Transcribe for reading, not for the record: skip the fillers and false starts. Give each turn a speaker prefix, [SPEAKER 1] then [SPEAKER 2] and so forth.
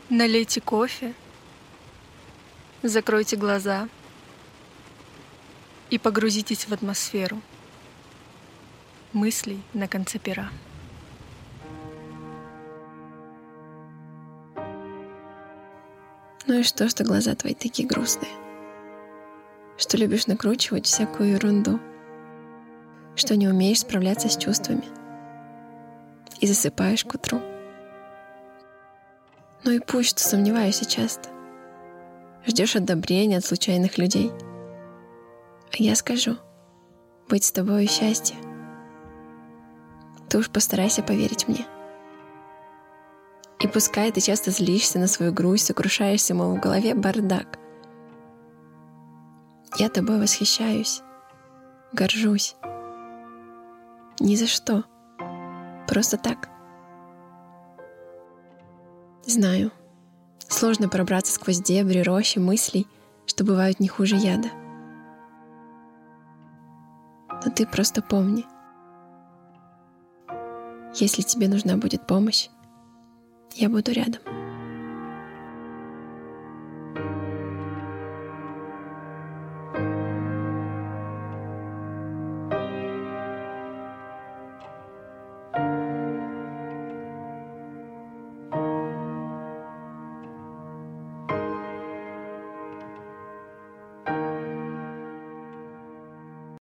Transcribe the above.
[SPEAKER 1] Налейте кофе, закройте глаза и погрузитесь в атмосферу мыслей на конце пера.
[SPEAKER 2] Ну и что глаза твои такие грустные? Что любишь накручивать всякую ерунду? Что не умеешь справляться с чувствами? И засыпаешь к утру? Ну и пусть, что сомневаешься часто. Ждешь одобрения от случайных людей. А я скажу, быть с тобой счастье. Ты уж постарайся поверить мне. И пускай ты часто злишься на свою грусть, сокрушаешься, мол, в голове бардак. Я тобой восхищаюсь, горжусь. Ни за что. Просто так. Знаю, сложно пробраться сквозь дебри, рощи мыслей, что бывают не хуже яда. Но ты просто помни, если тебе нужна будет помощь, я буду рядом.